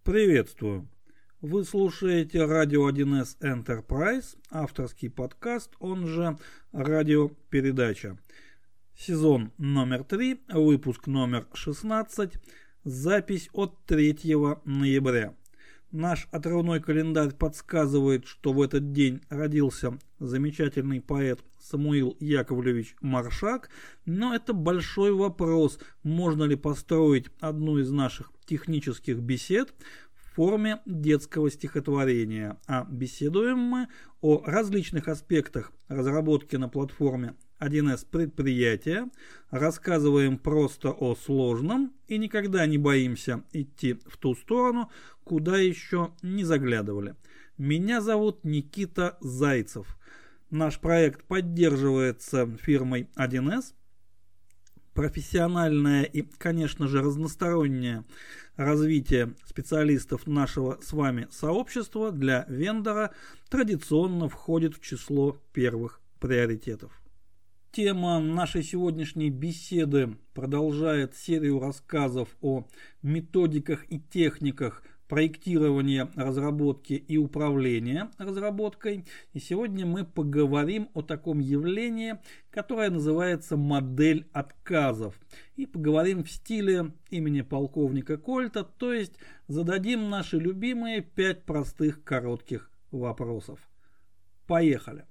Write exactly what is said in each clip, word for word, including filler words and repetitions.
Приветствую! Вы слушаете радио один эс Enterprise, авторский подкаст, он же радиопередача. Сезон номер три, выпуск номер шестнадцать, запись от третьего ноября. Наш отрывной календарь подсказывает, что в этот день родился замечательный поэт Самуил Яковлевич Маршак, но это большой вопрос, можно ли построить одну из наших технических бесед в форме детского стихотворения. А беседуем мы о различных аспектах разработки на платформе один эс предприятия, рассказываем просто о сложном и никогда не боимся идти в ту сторону, куда еще не заглядывали. Меня зовут Никита Зайцев. Наш проект поддерживается фирмой один эс. Профессиональное и, конечно же, разностороннее развитие специалистов нашего с вами сообщества для вендора традиционно входит в число первых приоритетов. Тема нашей сегодняшней беседы продолжает серию рассказов о методиках и техниках проектирования, разработки и управления разработкой. И сегодня мы поговорим о таком явлении, которое называется модель отказов. И поговорим в стиле имени полковника Кольта, то есть зададим наши любимые пять простых коротких вопросов. Поехали!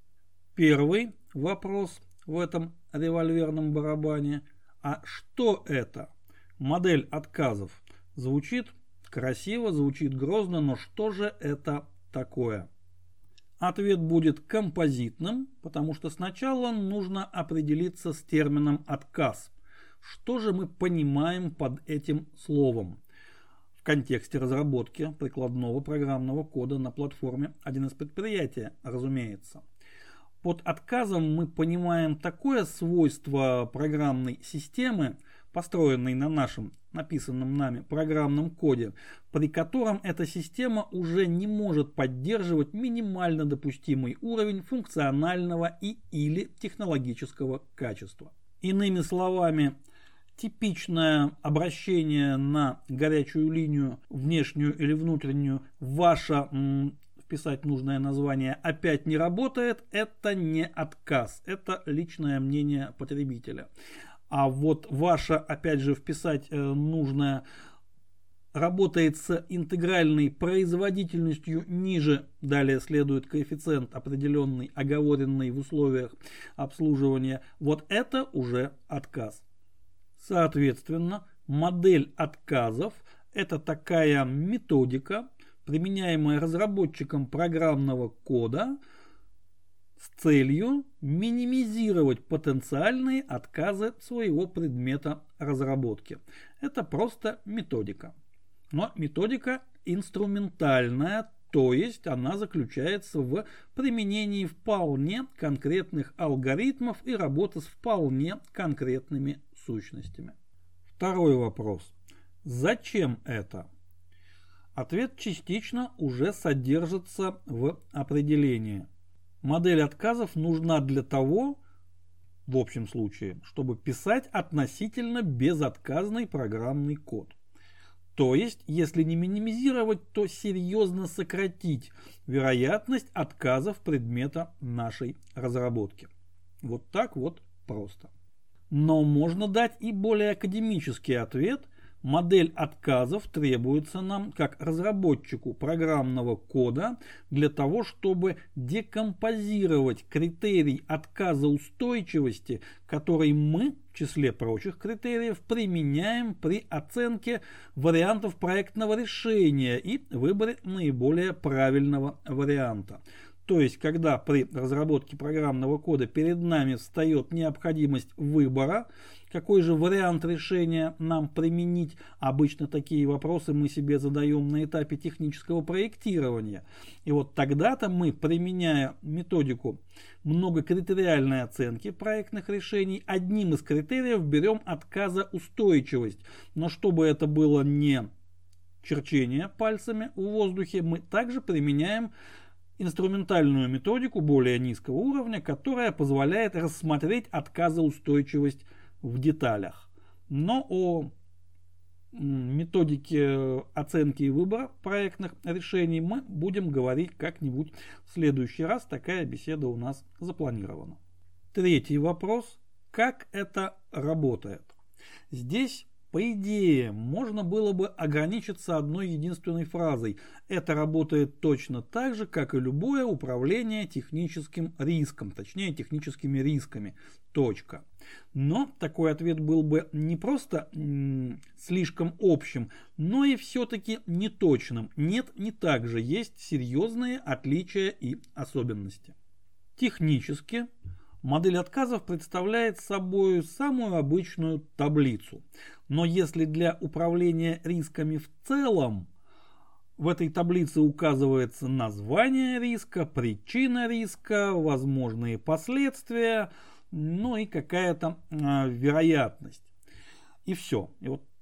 Первый вопрос в этом револьверном барабане. А что это? Модель отказов. Звучит красиво, звучит грозно, но что же это такое? Ответ будет композитным, потому что сначала нужно определиться с термином отказ. Что же мы понимаем под этим словом? В контексте разработки прикладного программного кода на платформе один эс предприятия, разумеется. Под отказом мы понимаем такое свойство программной системы, построенной на нашем написанном нами программном коде, при котором эта система уже не может поддерживать минимально допустимый уровень функционального и или технологического качества. Иными словами, типичное обращение на горячую линию, внешнюю или внутреннюю, ваша м- писать нужное название опять не работает, это не отказ, это личное мнение потребителя. А вот ваше, опять же, вписать э, нужное работает с интегральной производительностью ниже, далее следует коэффициент определенный, оговоренный в условиях обслуживания, вот это уже отказ. Соответственно, модель отказов – это такая методика, применяемая разработчиком программного кода с целью минимизировать потенциальные отказы своего предмета разработки. Это просто методика. Но методика инструментальная, то есть она заключается в применении вполне конкретных алгоритмов и работы с вполне конкретными сущностями. Второй вопрос. Зачем это? Ответ частично уже содержится в определении. Модель отказов нужна для того, в общем случае, чтобы писать относительно безотказный программный код. То есть, если не минимизировать, то серьезно сократить вероятность отказов предмета нашей разработки. Вот так вот просто. Но можно дать и более академический ответ. Модель отказов требуется нам, как разработчику программного кода, для того, чтобы декомпозировать критерий отказоустойчивости, который мы, в числе прочих критериев, применяем при оценке вариантов проектного решения и выборе наиболее правильного варианта. То есть, когда при разработке программного кода перед нами встает необходимость выбора, какой же вариант решения нам применить, обычно такие вопросы мы себе задаем на этапе технического проектирования. И вот тогда-то мы, применяя методику многокритериальной оценки проектных решений, одним из критериев берем отказоустойчивость. Но чтобы это было не черчение пальцами в воздухе, мы также применяем инструментальную методику более низкого уровня, которая позволяет рассмотреть отказоустойчивость в деталях. Но о методике оценки и выбора проектных решений мы будем говорить как-нибудь в следующий раз. Такая беседа у нас запланирована. Третий вопрос. Как это работает? Здесь, по идее, можно было бы ограничиться одной единственной фразой. Это работает точно так же, как и любое управление техническим риском, точнее техническими рисками. Точка. Но такой ответ был бы не просто м- слишком общим, но и все-таки неточным. Нет, не так же. Есть серьезные отличия и особенности. Технически модель отказов представляет собой самую обычную таблицу. Но если для управления рисками в целом в этой таблице указывается название риска, причина риска, возможные последствия, ну и какая-то а, вероятность. И все. И вот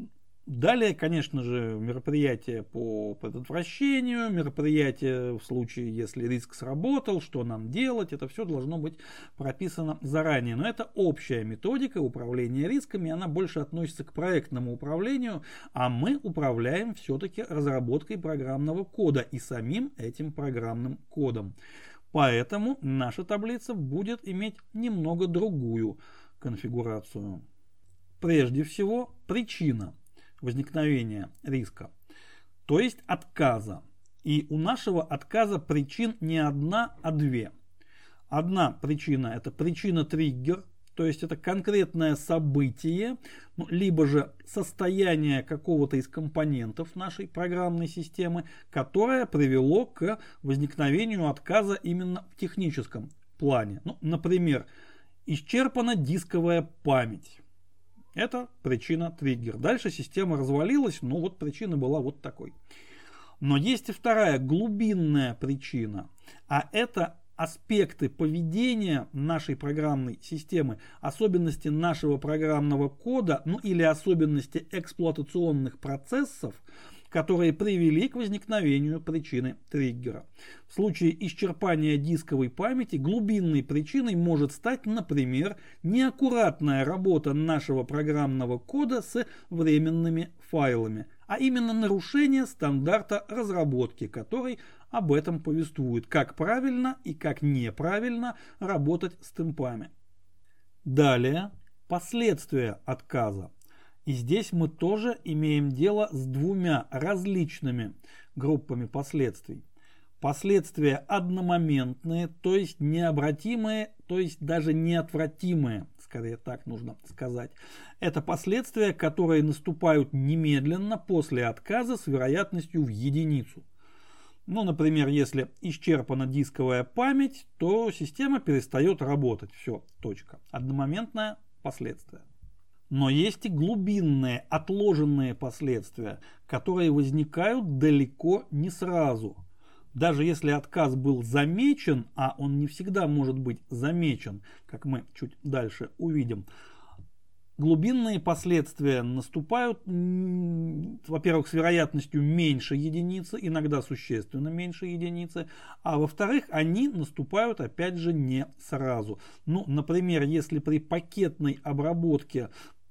далее, конечно же, мероприятия по предотвращению, мероприятия в случае, если риск сработал, что нам делать, это все должно быть прописано заранее. Но это общая методика управления рисками, она больше относится к проектному управлению, а мы управляем все-таки разработкой программного кода и самим этим программным кодом. Поэтому наша таблица будет иметь немного другую конфигурацию. Прежде всего, причина возникновения риска, то есть отказа. И у нашего отказа причин не одна, а две. Одна причина – это причина-триггер, то есть это конкретное событие, ну, либо же состояние какого-то из компонентов нашей программной системы, которое привело к возникновению отказа именно в техническом плане. Ну, например, исчерпана дисковая память. Это причина-триггер. Дальше система развалилась, но вот причина была вот такой. Но есть и вторая глубинная причина, а это аспекты поведения нашей программной системы, особенности нашего программного кода, ну или особенности эксплуатационных процессов, которые привели к возникновению причины триггера. В случае исчерпания дисковой памяти глубинной причиной может стать, например, неаккуратная работа нашего программного кода с временными файлами, а именно нарушение стандарта разработки, который об этом повествует, как правильно и как неправильно работать с темпами. Далее, последствия отказа. И здесь мы тоже имеем дело с двумя различными группами последствий. Последствия одномоментные, то есть необратимые, то есть даже неотвратимые, скорее так нужно сказать. Это последствия, которые наступают немедленно после отказа с вероятностью в единицу. Ну, например, если исчерпана дисковая память, то система перестает работать. Все, точка. Одномоментное последствие. Но есть и глубинные, отложенные последствия, которые возникают далеко не сразу. Даже если отказ был замечен, а он не всегда может быть замечен, как мы чуть дальше увидим, глубинные последствия наступают, во-первых, с вероятностью меньше единицы, иногда существенно меньше единицы, а во-вторых, они наступают опять же не сразу. Ну, например, если при пакетной обработке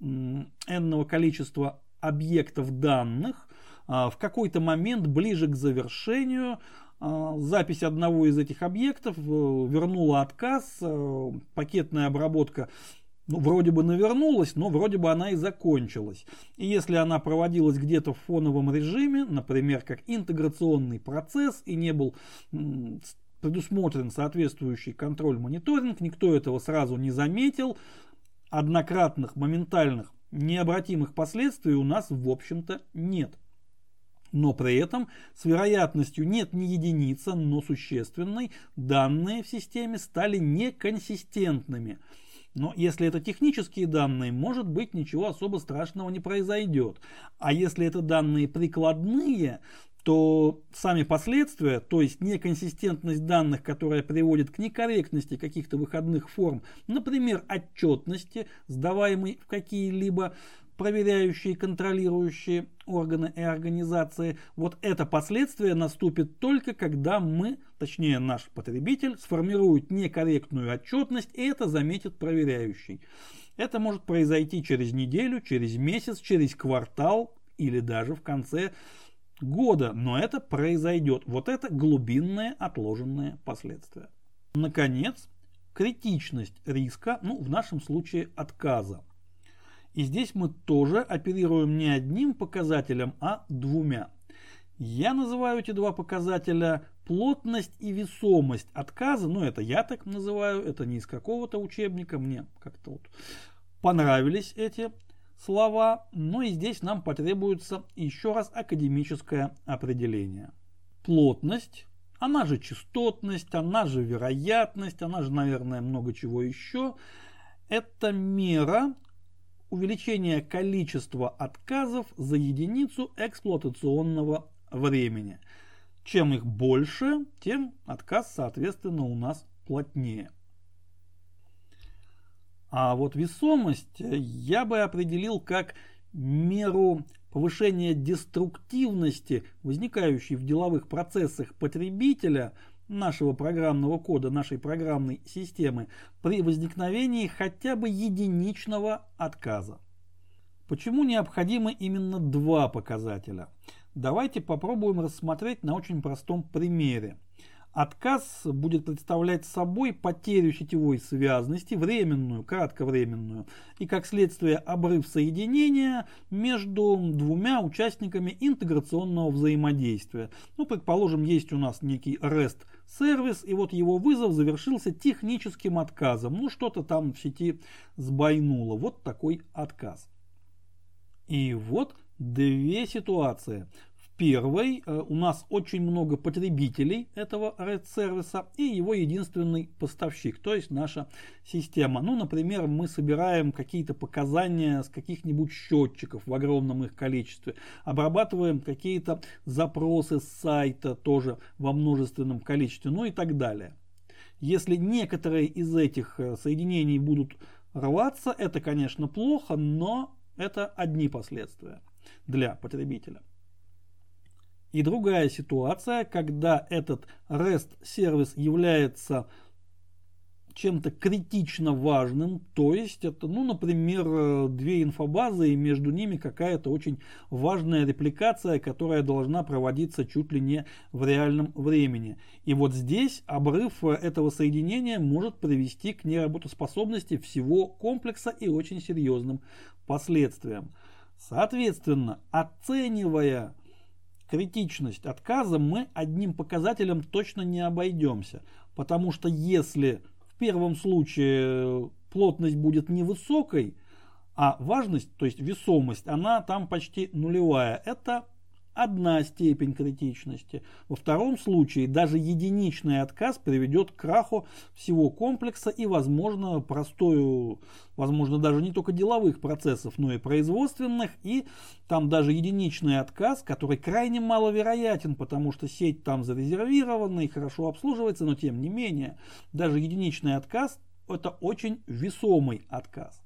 n-ного количества объектов данных в какой-то момент ближе к завершению запись одного из этих объектов вернула отказ, пакетная обработка ну, вроде бы навернулась, но вроде бы она и закончилась. И если она проводилась где-то в фоновом режиме, например, как интеграционный процесс, и не был предусмотрен соответствующий контроль-мониторинг, никто этого сразу не заметил, однократных, моментальных, необратимых последствий у нас, в общем-то, нет. Но при этом с вероятностью нет не единицы, но существенной, данные в системе стали неконсистентными. Но если это технические данные, может быть, ничего особо страшного не произойдет. А если это данные прикладные, то сами последствия, то есть неконсистентность данных, которая приводит к некорректности каких-то выходных форм, например, отчетности, сдаваемой в какие-либо проверяющие, контролирующие органы и организации, вот это последствие наступит только когда мы, точнее наш потребитель, сформирует некорректную отчетность, и это заметит проверяющий. Это может произойти через неделю, через месяц, через квартал, или даже в конце года, но это произойдет. Вот это глубинные отложенные последствия. Наконец, критичность риска, ну в нашем случае отказа. И здесь мы тоже оперируем не одним показателем, а двумя. Я называю эти два показателя плотность и весомость отказа. Ну, это я так называю, это не из какого-то учебника. Мне как-то вот понравились эти слова. Но и здесь нам потребуется еще раз академическое определение. Плотность, она же частотность, она же вероятность, она же, наверное, много чего еще. Это мера увеличения количества отказов за единицу эксплуатационного времени. Чем их больше, тем отказ, соответственно, у нас плотнее. А вот весомость я бы определил как меру повышения деструктивности, возникающей в деловых процессах потребителя, нашего программного кода, нашей программной системы, при возникновении хотя бы единичного отказа. Почему необходимы именно два показателя? Давайте попробуем рассмотреть на очень простом примере. Отказ будет представлять собой потерю сетевой связности, временную, кратковременную, и как следствие обрыв соединения между двумя участниками интеграционного взаимодействия. Ну, предположим, есть у нас некий REST сервис, и вот его вызов завершился техническим отказом. Ну, что-то там в сети сбойнуло. Вот такой отказ. И вот две ситуации. В первой э, у нас очень много потребителей этого REST-сервиса и его единственный поставщик, то есть наша система. Ну, например, мы собираем какие-то показания с каких-нибудь счетчиков в огромном их количестве, обрабатываем какие-то запросы с сайта тоже во множественном количестве, ну и так далее. Если некоторые из этих соединений будут рваться, это, конечно, плохо, но это одни последствия для потребителя. И другая ситуация, когда этот REST-сервис является чем-то критично важным, то есть это, ну, например, две инфобазы, и между ними какая-то очень важная репликация, которая должна проводиться чуть ли не в реальном времени. И вот здесь обрыв этого соединения может привести к неработоспособности всего комплекса и очень серьезным последствиям. Соответственно, оценивая критичность отказа, мы одним показателем точно не обойдемся, потому что если в первом случае плотность будет невысокой, а важность, то есть весомость, она там почти нулевая, это одна степень критичности. Во втором случае даже единичный отказ приведет к краху всего комплекса и, возможно, простою, возможно, даже не только деловых процессов, но и производственных. И там даже единичный отказ, который крайне маловероятен, потому что сеть там зарезервирована и хорошо обслуживается, но тем не менее, даже единичный отказ – это очень весомый отказ.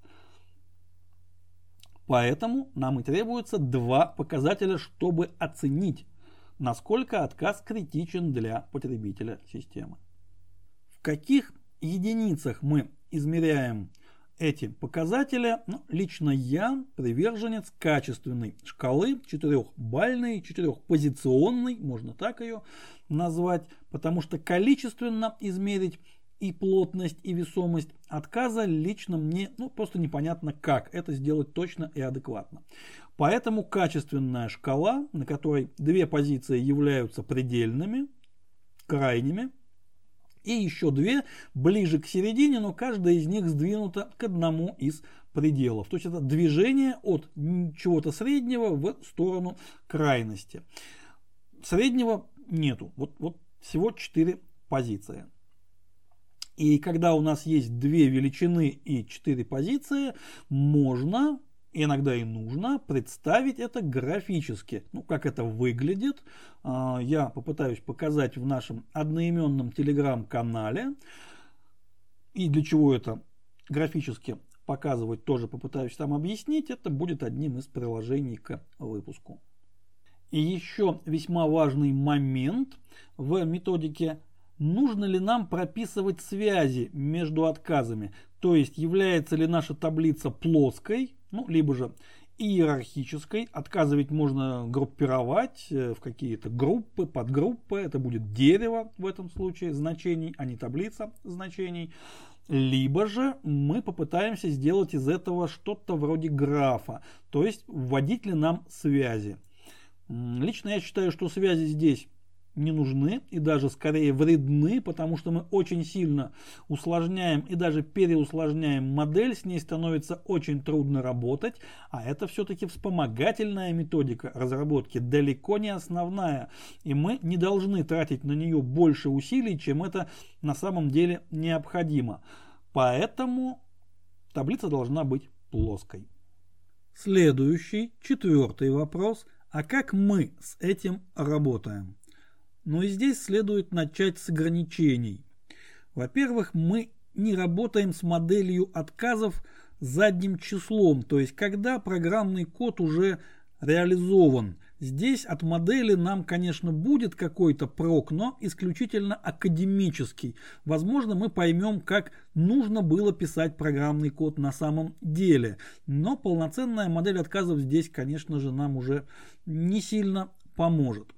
Поэтому нам и требуется два показателя, чтобы оценить, насколько отказ критичен для потребителя системы. В каких единицах мы измеряем эти показатели? Ну, лично я приверженец качественной шкалы, четырехбалльной, четырехпозиционной, можно так ее назвать, потому что количественно измерить и плотность, и весомость отказа лично мне ну, просто непонятно, как это сделать точно и адекватно. Поэтому качественная шкала, на которой две позиции являются предельными, крайними, и еще две ближе к середине, но каждая из них сдвинута к одному из пределов. То есть это движение от чего-то среднего в сторону крайности. Среднего нету. Вот, вот всего четыре позиции. И когда у нас есть две величины и четыре позиции, можно, иногда и нужно, представить это графически. Ну, как это выглядит, я попытаюсь показать в нашем одноименном телеграм-канале. И для чего это графически показывать, тоже попытаюсь там объяснить. Это будет одним из приложений к выпуску. И еще весьма важный момент в методике. Нужно ли нам прописывать связи между отказами? То есть является ли наша таблица плоской, ну, либо же иерархической. Отказы ведь можно группировать в какие-то группы, подгруппы. Это будет дерево в этом случае значений, а не таблица значений. Либо же мы попытаемся сделать из этого что-то вроде графа. То есть вводить ли нам связи. Лично я считаю, что связи здесь не нужны и даже скорее вредны, потому что мы очень сильно усложняем и даже переусложняем модель, с ней становится очень трудно работать, а это все-таки вспомогательная методика разработки, далеко не основная, и мы не должны тратить на нее больше усилий, чем это на самом деле необходимо. Поэтому таблица должна быть плоской. Следующий, четвертый вопрос. А как мы с этим работаем? Ну и здесь следует начать с ограничений. Во-первых, мы не работаем с моделью отказов задним числом, то есть когда программный код уже реализован. Здесь от модели нам, конечно, будет какой-то прок, но исключительно академический. Возможно, мы поймем, как нужно было писать программный код на самом деле. Но полноценная модель отказов здесь, конечно же, нам уже не сильно поможет.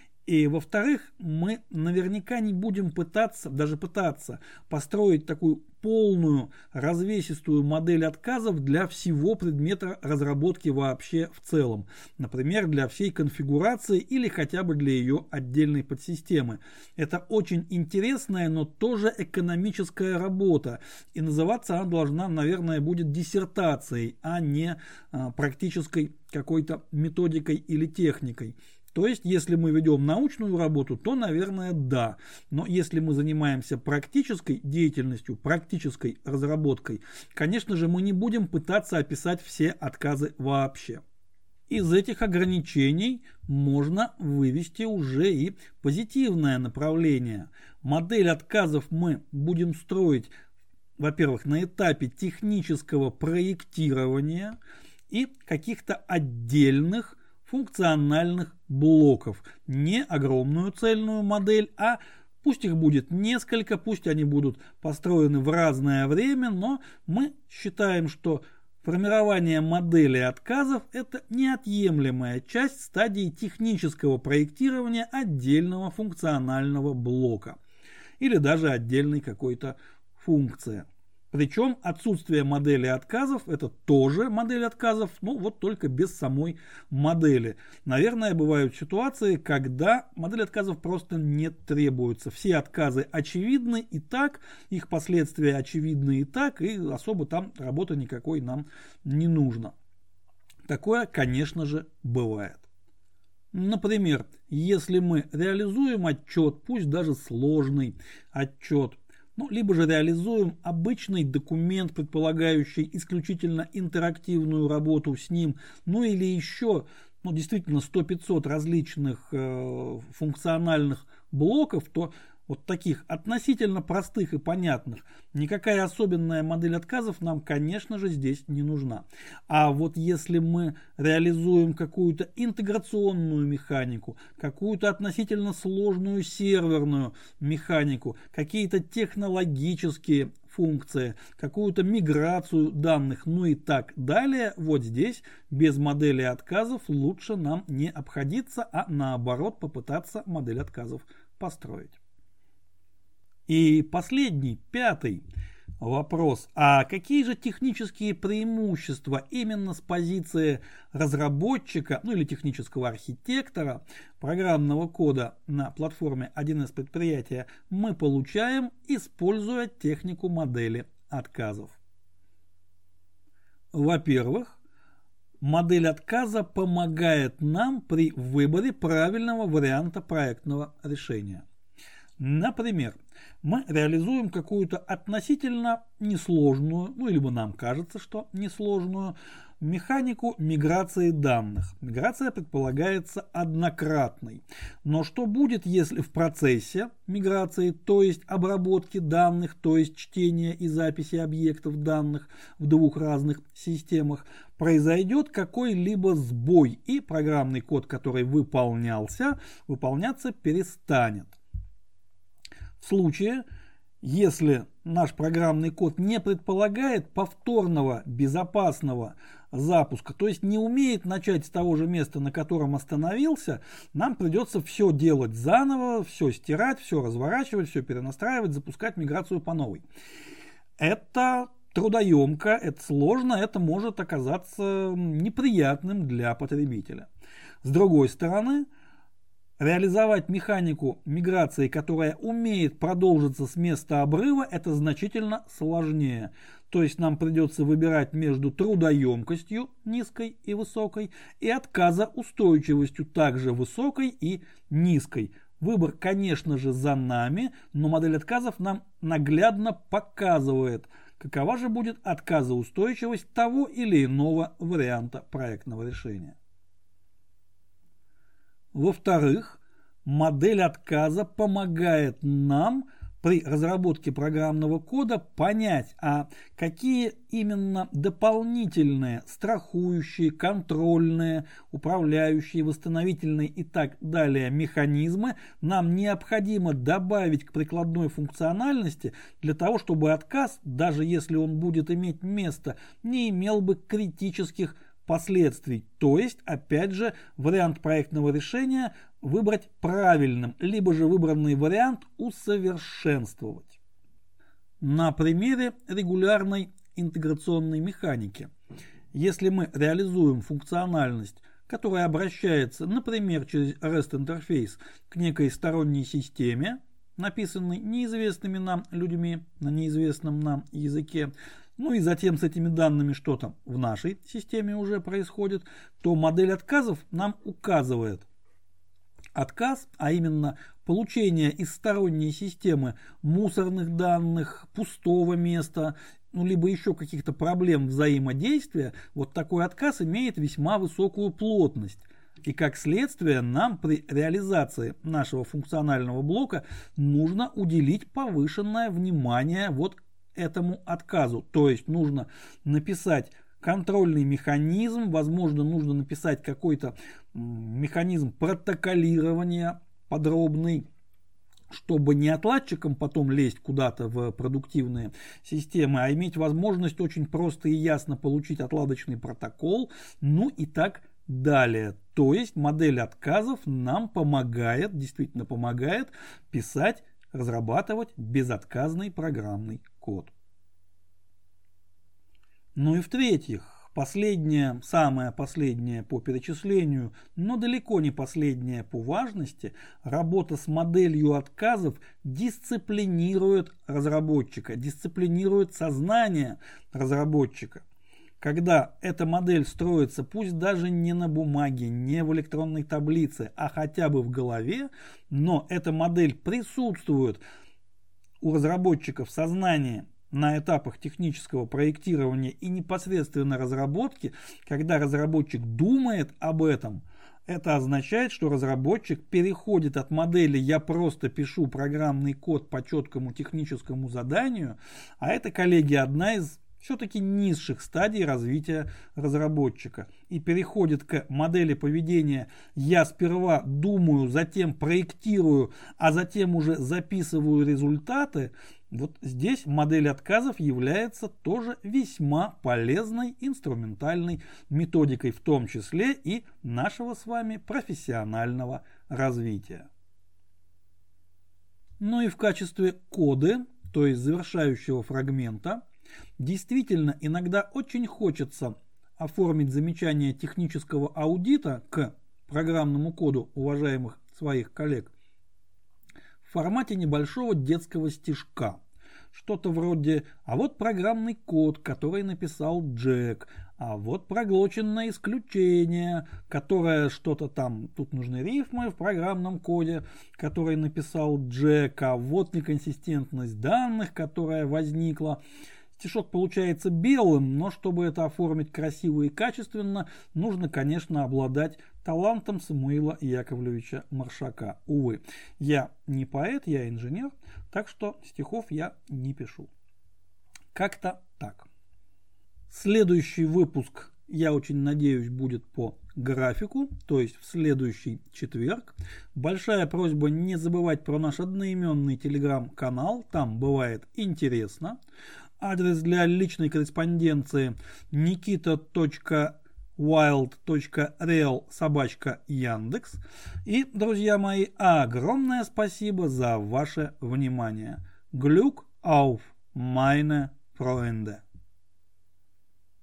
И во-вторых, мы наверняка не будем пытаться, даже пытаться построить такую полную развесистую модель отказов для всего предмета разработки вообще в целом. Например, для всей конфигурации или хотя бы для ее отдельной подсистемы. Это очень интересная, но тоже экономическая работа. И называться она должна, наверное, будет диссертацией, а не а, практической какой-то методикой или техникой. То есть, если мы ведем научную работу, то, наверное, да. Но если мы занимаемся практической деятельностью, практической разработкой, конечно же, мы не будем пытаться описать все отказы вообще. Из этих ограничений можно вывести уже и позитивное направление. Модель отказов мы будем строить, во-первых, на этапе технического проектирования и каких-то отдельных функциональных блоков. Не огромную цельную модель, а пусть их будет несколько, пусть они будут построены в разное время, но мы считаем, что формирование модели отказов – это неотъемлемая часть стадии технического проектирования отдельного функционального блока или даже отдельной какой-то функции. Причем отсутствие модели отказов – это тоже модель отказов, ну вот только без самой модели. Наверное, бывают ситуации, когда модель отказов просто не требуется. Все отказы очевидны и так, их последствия очевидны и так, и особо там работы никакой нам не нужно. Такое, конечно же, бывает. Например, если мы реализуем отчет, пусть даже сложный отчет, ну, либо же реализуем обычный документ, предполагающий исключительно интерактивную работу с ним, ну или еще, ну, действительно сто-пятьсот различных э, функциональных блоков, то вот таких относительно простых и понятных, никакая особенная модель отказов нам, конечно же, здесь не нужна. А вот если мы реализуем какую-то интеграционную механику, какую-то относительно сложную серверную механику, какие-то технологические функции, какую-то миграцию данных, ну и так далее, вот здесь без модели отказов лучше нам не обходиться, а наоборот попытаться модель отказов построить. И последний, пятый вопрос. А какие же технические преимущества именно с позиции разработчика, ну или технического архитектора программного кода на платформе один эс предприятия мы получаем, используя технику модели отказов? Во-первых, модель отказа помогает нам при выборе правильного варианта проектного решения. Например, мы реализуем какую-то относительно несложную, ну, либо нам кажется, что несложную, механику миграции данных. Миграция предполагается однократной. Но что будет, если в процессе миграции, то есть обработки данных, то есть чтения и записи объектов данных в двух разных системах, произойдет какой-либо сбой, и программный код, который выполнялся, выполняться перестанет? В случае, если наш программный код не предполагает повторного безопасного запуска, то есть не умеет начать с того же места, на котором остановился, нам придется все делать заново, все стирать, все разворачивать, все перенастраивать, запускать миграцию по новой. Это трудоемко, это сложно, это может оказаться неприятным для потребителя. С другой стороны, реализовать механику миграции, которая умеет продолжиться с места обрыва, это значительно сложнее. То есть нам придется выбирать между трудоемкостью низкой и высокой и отказоустойчивостью также высокой и низкой. Выбор, конечно же, за нами, но модель отказов нам наглядно показывает, какова же будет отказоустойчивость того или иного варианта проектного решения. Во-вторых, модель отказа помогает нам при разработке программного кода понять, а какие именно дополнительные страхующие, контрольные, управляющие, восстановительные и так далее механизмы нам необходимо добавить к прикладной функциональности для того, чтобы отказ, даже если он будет иметь место, не имел бы критических последствий. То есть, опять же, вариант проектного решения выбрать правильным, либо же выбранный вариант усовершенствовать. На примере регулярной интеграционной механики. Если мы реализуем функциональность, которая обращается, например, через REST интерфейс к некой сторонней системе, написанной неизвестными нам людьми на неизвестном нам языке, ну и затем с этими данными что-то в нашей системе уже происходит, то модель отказов нам указывает отказ, а именно получение из сторонней системы мусорных данных, пустого места, ну либо еще каких-то проблем взаимодействия. Вот такой отказ имеет весьма высокую плотность. И как следствие нам при реализации нашего функционального блока нужно уделить повышенное внимание вот этому отказу. То есть нужно написать контрольный механизм, возможно, нужно написать какой-то механизм протоколирования подробный, чтобы не отладчикам потом лезть куда-то в продуктивные системы, а иметь возможность очень просто и ясно получить отладочный протокол, ну и так далее. То есть модель отказов нам помогает, действительно помогает писать, разрабатывать безотказный программный код. Ну и в-третьих, последнее, самое последнее по перечислению, но далеко не последнее по важности, работа с моделью отказов дисциплинирует разработчика, дисциплинирует сознание разработчика. Когда эта модель строится, пусть даже не на бумаге, не в электронной таблице, а хотя бы в голове, но эта модель присутствует у разработчика в сознании на этапах технического проектирования и непосредственно разработки, когда разработчик думает об этом, это означает, что разработчик переходит от модели «я просто пишу программный код по четкому техническому заданию», а это, коллеги, одна из все-таки низших стадий развития разработчика, и переходит к модели поведения «я сперва думаю, затем проектирую, а затем уже записываю результаты». Вот здесь модель отказов является тоже весьма полезной инструментальной методикой, в том числе и нашего с вами профессионального развития. Ну и в качестве коды, то есть завершающего фрагмента, действительно иногда очень хочется оформить замечание технического аудита к программному коду уважаемых своих коллег в формате небольшого детского стишка. Что-то вроде «а вот программный код, который написал Джек», а вот проглоченное исключение, которое что-то там, тут нужны рифмы в программном коде, который написал Джек, а вот неконсистентность данных, которая возникла. Стишок получается белым, но чтобы это оформить красиво и качественно, нужно, конечно, обладать талантом Самуила Яковлевича Маршака. Увы, я не поэт, я инженер, так что стихов я не пишу. Как-то так. Следующий выпуск, я очень надеюсь, будет по графику, то есть в следующий четверг. Большая просьба не забывать про наш одноименный телеграм-канал, там бывает интересно. адрес для личной корреспонденции никита точка wild точка real собачка Яндекс. И, друзья мои, огромное спасибо за ваше внимание. Glück auf meine Freunde.